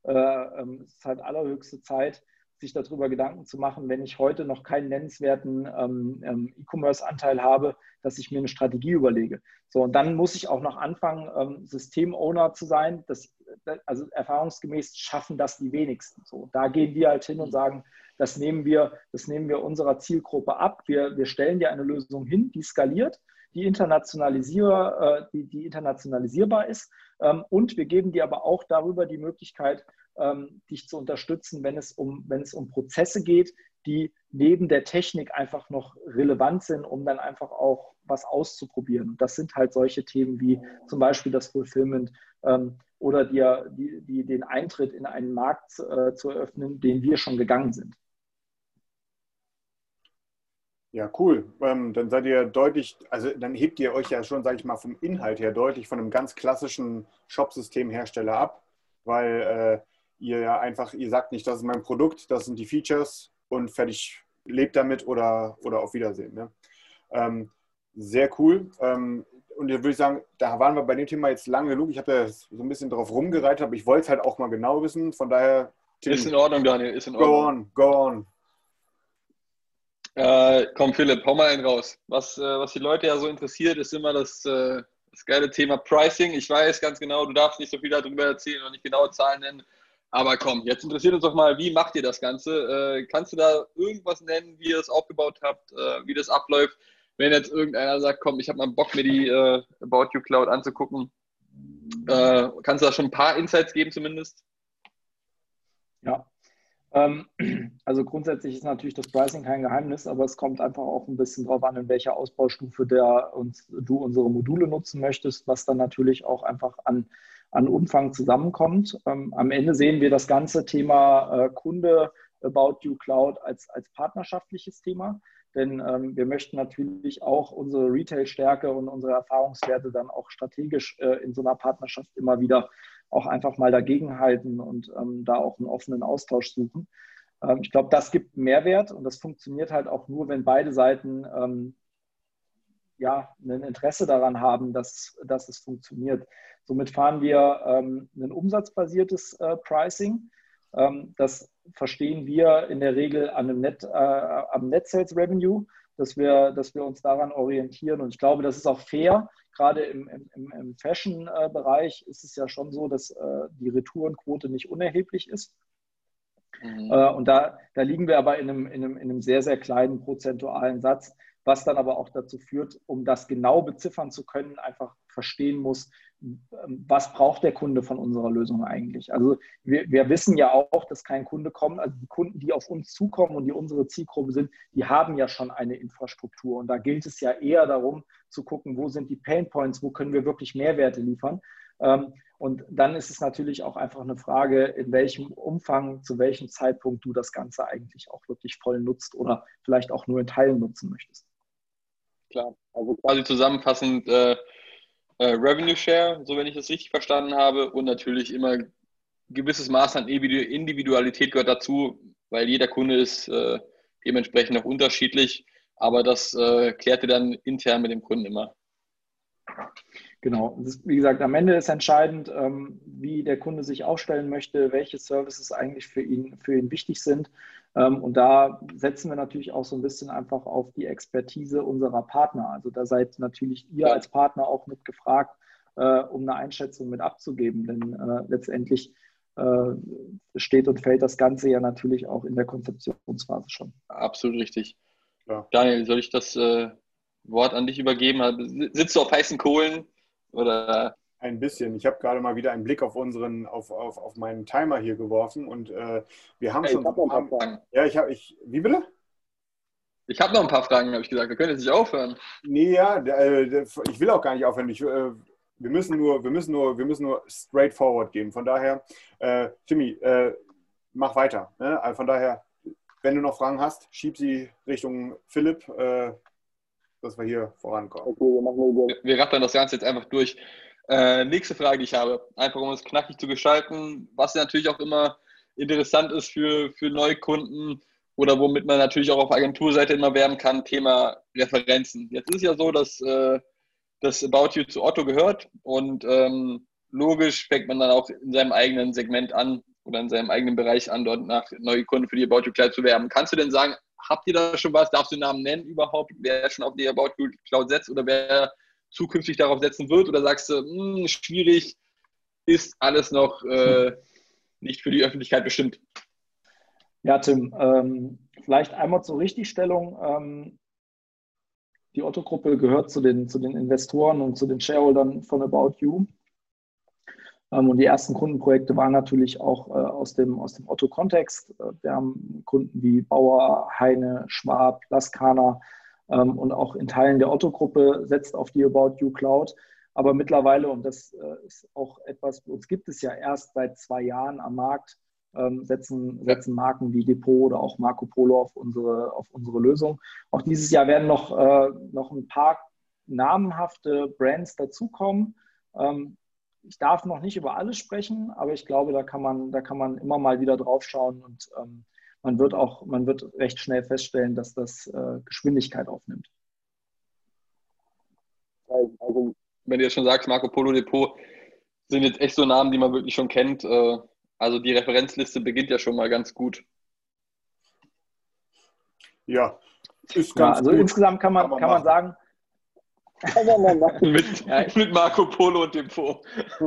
Zeit, sich darüber Gedanken zu machen, wenn ich heute noch keinen nennenswerten E-Commerce-Anteil habe, dass ich mir eine Strategie überlege. So, und dann muss ich auch noch anfangen, System-Owner zu sein. Also erfahrungsgemäß schaffen das die wenigsten. So, da gehen wir halt hin und sagen, das nehmen wir unserer Zielgruppe ab. Wir stellen dir eine Lösung hin, die skaliert, die internationalisierbar ist. Und wir geben dir aber auch darüber die Möglichkeit, dich zu unterstützen, wenn es um Prozesse geht, die neben der Technik einfach noch relevant sind, um dann einfach auch was auszuprobieren. Und das sind halt solche Themen wie zum Beispiel das Fulfillment oder den Eintritt in einen Markt zu eröffnen, den wir schon gegangen sind. Ja, cool. Dann seid ihr deutlich, also dann hebt ihr euch ja schon, sage ich mal, vom Inhalt her deutlich von einem ganz klassischen Shop-System-Hersteller ab, weil ihr ja einfach, ihr sagt nicht, das ist mein Produkt, das sind die Features und fertig, lebt damit oder auf Wiedersehen. Ne? Sehr cool. Und da würde ich sagen, da waren wir bei dem Thema jetzt lange genug. Ich habe ja so ein bisschen drauf rumgereitet, aber ich wollte es halt auch mal genau wissen. Von daher, Tim, ist in Ordnung, Daniel, ist in Ordnung. Go on. Komm, Philipp, hau mal einen raus. Was die Leute ja so interessiert, ist immer das geile Thema Pricing. Ich weiß ganz genau, du darfst nicht so viel darüber erzählen und nicht genaue Zahlen nennen. Aber komm, jetzt interessiert uns doch mal, wie macht ihr das Ganze? Kannst du da irgendwas nennen, wie ihr das aufgebaut habt, wie das abläuft? Wenn jetzt irgendeiner sagt, komm, ich habe mal Bock, mir die About You Cloud anzugucken. Kannst du da schon ein paar Insights geben zumindest? Ja. Also grundsätzlich ist natürlich das Pricing kein Geheimnis, aber es kommt einfach auch ein bisschen drauf an, in welcher Ausbaustufe du unsere Module nutzen möchtest, was dann natürlich auch einfach an Umfang zusammenkommt. Am Ende sehen wir das ganze Thema Kunde About You Cloud als partnerschaftliches Thema, denn wir möchten natürlich auch unsere Retail-Stärke und unsere Erfahrungswerte dann auch strategisch in so einer Partnerschaft immer wieder auch einfach mal dagegenhalten und da auch einen offenen Austausch suchen. Ich glaube, das gibt Mehrwert und das funktioniert halt auch nur, wenn beide Seiten ein Interesse daran haben, dass es funktioniert. Somit fahren wir ein umsatzbasiertes Pricing. Das verstehen wir in der Regel am Net Sales Revenue, dass wir uns daran orientieren. Und ich glaube, das ist auch fair. Gerade im Fashion-Bereich ist es ja schon so, dass die Retourenquote nicht unerheblich ist. Und da liegen wir aber in einem sehr, sehr kleinen prozentualen Satz, was dann aber auch dazu führt, um das genau beziffern zu können, einfach verstehen muss, was braucht der Kunde von unserer Lösung eigentlich. Also wir wissen ja auch, dass kein Kunde kommt, also die Kunden, die auf uns zukommen und die unsere Zielgruppe sind, die haben ja schon eine Infrastruktur. Und da gilt es ja eher darum zu gucken, wo sind die Painpoints, wo können wir wirklich Mehrwerte liefern. Und dann ist es natürlich auch einfach eine Frage, in welchem Umfang, zu welchem Zeitpunkt du das Ganze eigentlich auch wirklich voll nutzt oder vielleicht auch nur in Teilen nutzen möchtest. Klar, also quasi zusammenfassend Revenue Share, so wenn ich das richtig verstanden habe, und natürlich immer ein gewisses Maß an Individualität gehört dazu, weil jeder Kunde ist dementsprechend auch unterschiedlich, aber das klärt ihr dann intern mit dem Kunden immer. Genau, wie gesagt, am Ende ist entscheidend, wie der Kunde sich aufstellen möchte, welche Services eigentlich für ihn wichtig sind. Und da setzen wir natürlich auch so ein bisschen einfach auf die Expertise unserer Partner. Also da seid natürlich ihr als Partner auch mit gefragt, um eine Einschätzung mit abzugeben. Denn letztendlich steht und fällt das Ganze ja natürlich auch in der Konzeptionsphase schon. Absolut richtig. Ja. Daniel, soll ich das Wort an dich übergeben? Sitzt du auf heißen Kohlen? Oder? Ein bisschen. Ich habe gerade mal wieder einen Blick auf meinen Timer hier geworfen und wir haben schon. Ich habe noch ein paar Fragen. Ja, wie bitte? Ich habe noch ein paar Fragen, habe ich gesagt. Wir können jetzt nicht aufhören. Nee, ja, ich will auch gar nicht aufhören. Wir müssen nur straightforward gehen. Von daher, Timmy, mach weiter. Ne? Also von daher, wenn du noch Fragen hast, schieb sie Richtung Philipp, dass wir hier vorankommen. Okay, wir rattern das Ganze jetzt einfach durch. Nächste Frage, die ich habe, einfach um es knackig zu gestalten, was natürlich auch immer interessant ist für neue Kunden oder womit man natürlich auch auf Agenturseite immer werben kann, Thema Referenzen. Jetzt ist es ja so, dass das About You zu Otto gehört und logisch fängt man dann auch in seinem eigenen Segment an oder in seinem eigenen Bereich an, dort nach neue Kunden für die About You Cloud zu werben. Kannst du denn sagen, habt ihr da schon was? Darfst du den Namen nennen überhaupt? Wer schon auf die About You Cloud setzt oder wer zukünftig darauf setzen wird? Oder sagst du, schwierig, ist alles noch nicht für die Öffentlichkeit bestimmt? Ja, Tim, vielleicht einmal zur Richtigstellung. Die Otto-Gruppe gehört zu den Investoren und zu den Shareholdern von About You. Und die ersten Kundenprojekte waren natürlich auch aus dem Otto-Kontext. Wir haben Kunden wie Bauer, Heine, Schwab, Laskana und auch in Teilen der Otto-Gruppe setzt auf die About You Cloud. Aber mittlerweile, und das ist auch etwas, uns gibt es ja erst seit 2 Jahren am Markt, setzen Marken wie Depot oder auch Marco Polo auf unsere Lösung. Auch dieses Jahr werden noch ein paar namenhafte Brands dazukommen. Ich darf noch nicht über alles sprechen, aber ich glaube, da kann man immer mal wieder drauf schauen und man wird recht schnell feststellen, dass das Geschwindigkeit aufnimmt. Also, wenn du jetzt schon sagst, Marco Polo Depot sind jetzt echt so Namen, die man wirklich schon kennt. Also die Referenzliste beginnt ja schon mal ganz gut. Ja, ist ganz also gut. Insgesamt kann man sagen, mit Marco Polo und Depot.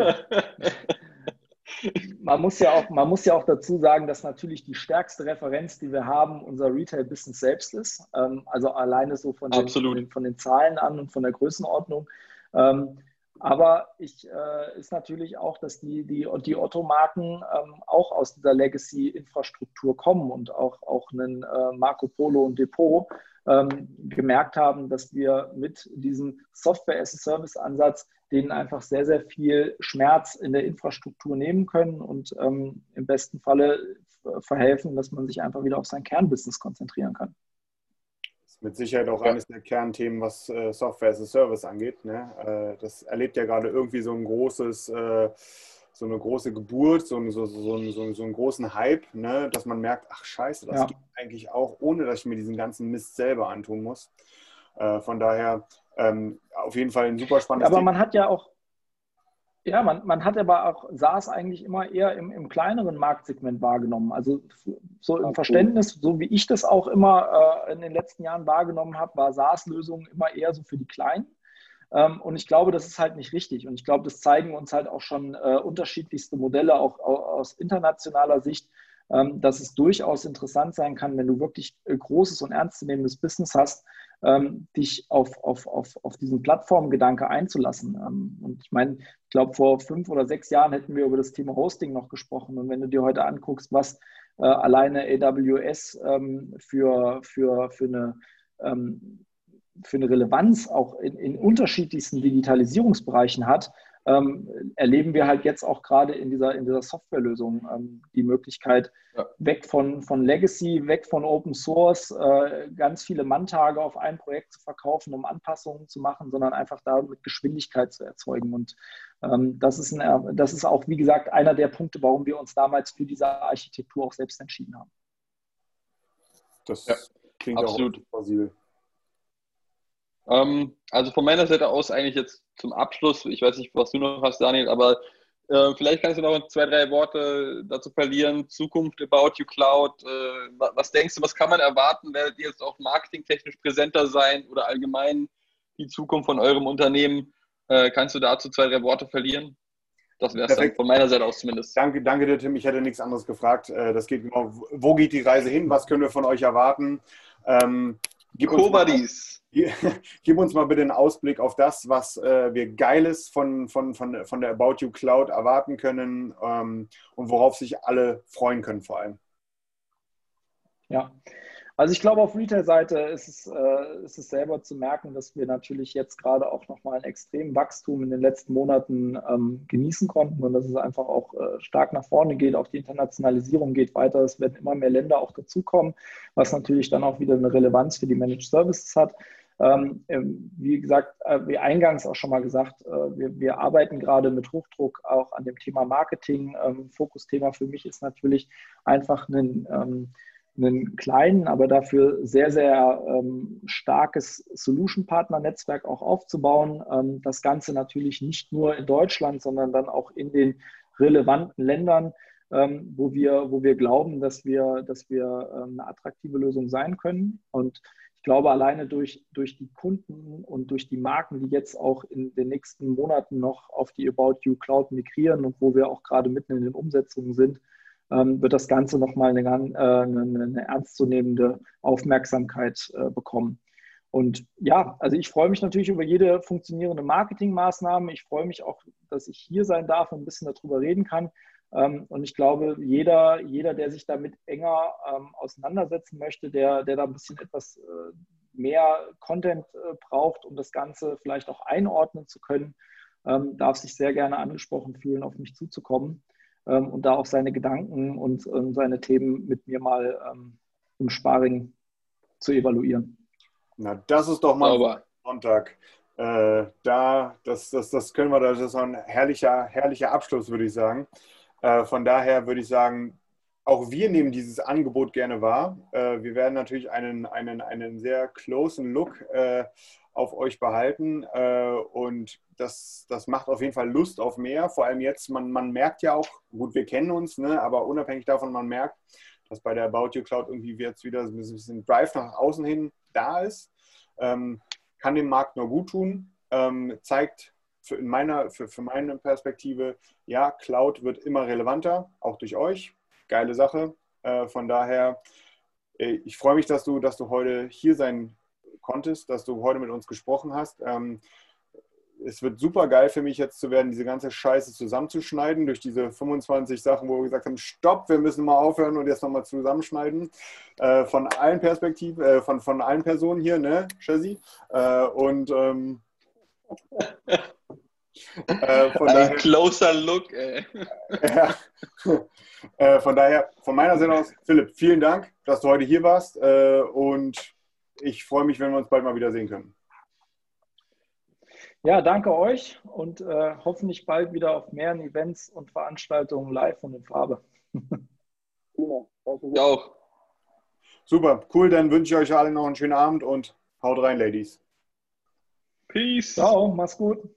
Man muss ja auch dazu sagen, dass natürlich die stärkste Referenz, die wir haben, unser Retail-Business selbst ist. Also alleine so von den Zahlen an und von der Größenordnung. Aber ist natürlich auch, dass die Otto-Marken auch aus dieser Legacy-Infrastruktur kommen und auch einen Marco Polo und Depot gemerkt haben, dass wir mit diesem Software-as-a-Service-Ansatz denen einfach sehr, sehr viel Schmerz in der Infrastruktur nehmen können und im besten Falle verhelfen, dass man sich einfach wieder auf sein Kernbusiness konzentrieren kann. Das ist mit Sicherheit auch eines der Kernthemen, was Software as a Service angeht. Ne? Das erlebt ja gerade irgendwie so ein großes so eine große Geburt, so einen großen Hype, ne? Dass man merkt, ach scheiße, das geht eigentlich auch, ohne dass ich mir diesen ganzen Mist selber antun muss. Von daher auf jeden Fall ein super spannendes Aber Thema. man hat ja auch, man hat aber auch SaaS eigentlich immer eher im kleineren Marktsegment wahrgenommen. Also so im Verständnis, so wie ich das auch immer in den letzten Jahren wahrgenommen habe, war SaaS-Lösungen immer eher so für die Kleinen. Und ich glaube, das ist halt nicht richtig. Und ich glaube, das zeigen uns halt auch schon unterschiedlichste Modelle, auch aus internationaler Sicht, dass es durchaus interessant sein kann, wenn du wirklich großes und ernstzunehmendes Business hast, dich auf diesen Plattformgedanke einzulassen. Und ich meine, ich glaube, vor 5 oder 6 Jahren hätten wir über das Thema Hosting noch gesprochen. Und wenn du dir heute anguckst, was alleine AWS für eine Relevanz auch in unterschiedlichsten Digitalisierungsbereichen hat, erleben wir halt jetzt auch gerade in dieser Softwarelösung die Möglichkeit, weg von Legacy, weg von Open Source, ganz viele Manntage auf ein Projekt zu verkaufen, um Anpassungen zu machen, sondern einfach damit Geschwindigkeit zu erzeugen. Und das ist auch, wie gesagt, einer der Punkte, warum wir uns damals für diese Architektur auch selbst entschieden haben. Das klingt absolut auch plausibel. Also von meiner Seite aus eigentlich jetzt zum Abschluss, ich weiß nicht, was du noch hast, Daniel, aber vielleicht kannst du noch 2, 3 Worte dazu verlieren. Zukunft About You Cloud. Was denkst du, was kann man erwarten? Werdet ihr jetzt auch marketingtechnisch präsenter sein oder allgemein die Zukunft von eurem Unternehmen? Kannst du dazu 2, 3 Worte verlieren? Das wäre es dann von meiner Seite aus zumindest. Danke dir, Tim. Ich hätte nichts anderes gefragt. Das geht genau. Wo geht die Reise hin? Was können wir von euch erwarten? Gib uns mal bitte einen Ausblick auf das, was wir Geiles von der About You Cloud erwarten können und worauf sich alle freuen können vor allem. Ja, also ich glaube, auf Retail-Seite ist es selber zu merken, dass wir natürlich jetzt gerade auch nochmal ein extremes Wachstum in den letzten Monaten genießen konnten und dass es einfach auch stark nach vorne geht. Auch die Internationalisierung geht weiter. Es werden immer mehr Länder auch dazukommen, was natürlich dann auch wieder eine Relevanz für die Managed Services hat. Wie gesagt, wie eingangs auch schon mal gesagt, wir arbeiten gerade mit Hochdruck auch an dem Thema Marketing. Fokusthema für mich ist natürlich einfach einen kleinen, aber dafür sehr, sehr starkes Solution-Partner-Netzwerk auch aufzubauen. Das Ganze natürlich nicht nur in Deutschland, sondern dann auch in den relevanten Ländern, wo wir glauben, dass wir eine attraktive Lösung sein können. Und ich glaube, alleine durch die Kunden und durch die Marken, die jetzt auch in den nächsten Monaten noch auf die About You Cloud migrieren und wo wir auch gerade mitten in den Umsetzungen sind, wird das Ganze nochmal eine ernstzunehmende Aufmerksamkeit bekommen. Und ja, also ich freue mich natürlich über jede funktionierende Marketingmaßnahme. Ich freue mich auch, dass ich hier sein darf und ein bisschen darüber reden kann. Und ich glaube, jeder, der sich damit enger auseinandersetzen möchte, der da ein bisschen etwas mehr Content braucht, um das Ganze vielleicht auch einordnen zu können, darf sich sehr gerne angesprochen fühlen, auf mich zuzukommen. Und da auch seine Gedanken und seine Themen mit mir mal im Sparring zu evaluieren. Na, das ist doch mal Sonntag. Das können wir, das ist ein herrlicher Abschluss, würde ich sagen. Von daher würde ich sagen, auch wir nehmen dieses Angebot gerne wahr. Wir werden natürlich einen sehr closen Look auf euch behalten und das macht auf jeden Fall Lust auf mehr. Vor allem jetzt, man merkt ja auch, gut, wir kennen uns, ne, aber unabhängig davon, man merkt, dass bei der About You Cloud irgendwie jetzt wieder ein bisschen Drive nach außen hin da ist. Kann dem Markt nur gut tun, zeigt für meine Perspektive, ja, Cloud wird immer relevanter, auch durch euch. Geile Sache. Von daher, ich freue mich, dass du heute hier sein konntest, dass du heute mit uns gesprochen hast. Es wird super geil für mich jetzt zu werden, diese ganze Scheiße zusammenzuschneiden durch diese 25 Sachen, wo wir gesagt haben, stopp, wir müssen mal aufhören und jetzt nochmal zusammenschneiden. Von allen Perspektiven, von allen Personen hier, ne, Chazzy? Ein closer Look, ey. Ja. Von daher, von meiner Seite aus, Philipp, vielen Dank, dass du heute hier warst und ich freue mich, wenn wir uns bald mal wieder sehen können. Ja, danke euch und hoffentlich bald wieder auf mehreren Events und Veranstaltungen live und in Farbe. Ich auch. Super, cool, dann wünsche ich euch allen noch einen schönen Abend und haut rein, Ladies. Peace. Ciao, mach's gut.